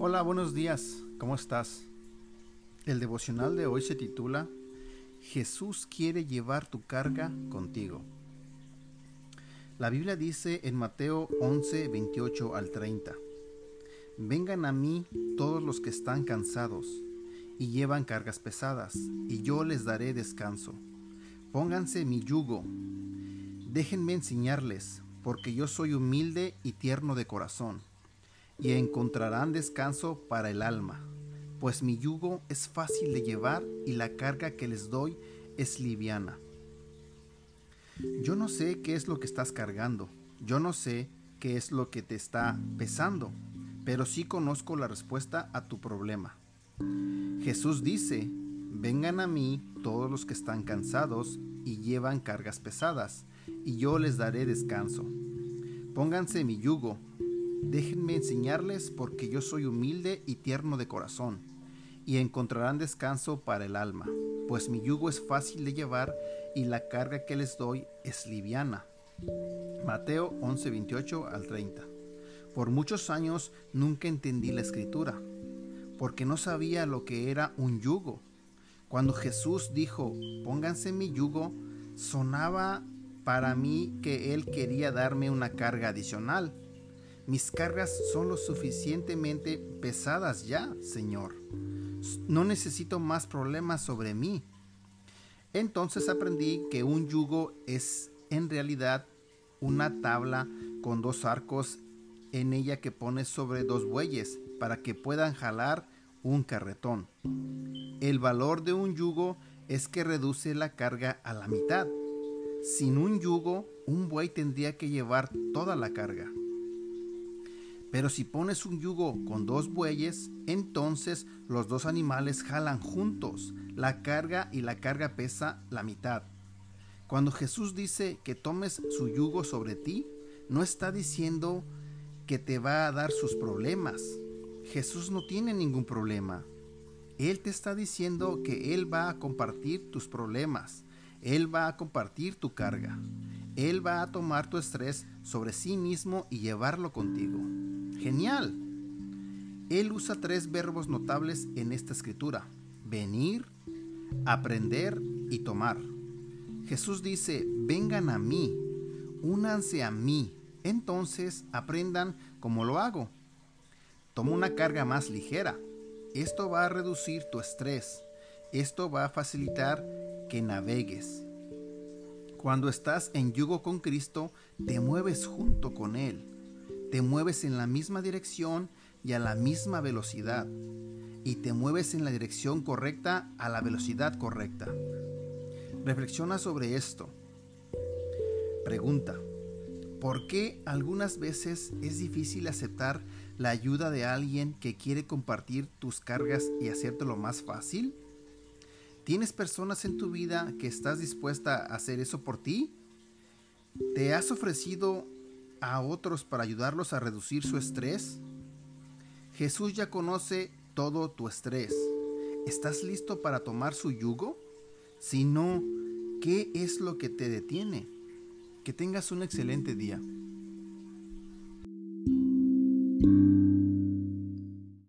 Hola, buenos días, ¿cómo estás? El devocional de hoy se titula Jesús quiere llevar tu carga contigo. La Biblia dice en Mateo 11, 28 al 30: Vengan a mí todos los que están cansados y llevan cargas pesadas, y yo les daré descanso. Pónganse mi yugo, déjenme enseñarles, porque yo soy humilde y tierno de corazón, y encontrarán descanso para el alma, pues mi yugo es fácil de llevar y la carga que les doy es liviana. Yo no sé qué es lo que estás cargando, yo no sé qué es lo que te está pesando, pero sí conozco la respuesta a tu problema. Jesús dice: vengan a mí todos los que están cansados y llevan cargas pesadas, y yo les daré descanso. Pónganse mi yugo, déjenme enseñarles, porque yo soy humilde y tierno de corazón, y encontrarán descanso para el alma, pues mi yugo es fácil de llevar y la carga que les doy es liviana. Mateo 11, 28 al 30. Por muchos años nunca entendí la escritura, porque no sabía lo que era un yugo. Cuando Jesús dijo: pónganse mi yugo, sonaba para mí que Él quería darme una carga adicional. Mis cargas son lo suficientemente pesadas ya, Señor. No necesito más problemas sobre mí. Entonces aprendí que un yugo es en realidad una tabla con dos arcos en ella que pones sobre dos bueyes para que puedan jalar un carretón. El valor de un yugo es que reduce la carga a la mitad. Sin un yugo, un buey tendría que llevar toda la carga. Pero si pones un yugo con dos bueyes, entonces los dos animales jalan juntos la carga y la carga pesa la mitad. Cuando Jesús dice que tomes su yugo sobre ti, no está diciendo que te va a dar sus problemas. Jesús no tiene ningún problema. Él te está diciendo que Él va a compartir tus problemas. Él va a compartir tu carga. Él va a tomar tu estrés sobre sí mismo y llevarlo contigo. ¡Genial! Él usa tres verbos notables en esta escritura: venir, aprender y tomar. Jesús dice: vengan a mí, únanse a mí, entonces aprendan cómo lo hago. Toma una carga más ligera. Esto va a reducir tu estrés. Esto va a facilitar que navegues. Cuando estás en yugo con Cristo, te mueves junto con Él. Te mueves en la misma dirección y a la misma velocidad. Y te mueves en la dirección correcta a la velocidad correcta. Reflexiona sobre esto. Pregunta: ¿por qué algunas veces es difícil aceptar la ayuda de alguien que quiere compartir tus cargas y hacértelo más fácil? ¿Tienes personas en tu vida que estás dispuesta a hacer eso por ti? ¿Te has ofrecido a otros para ayudarlos a reducir su estrés? Jesús ya conoce todo tu estrés. ¿Estás listo para tomar su yugo? Si no, ¿qué es lo que te detiene? Que tengas un excelente día.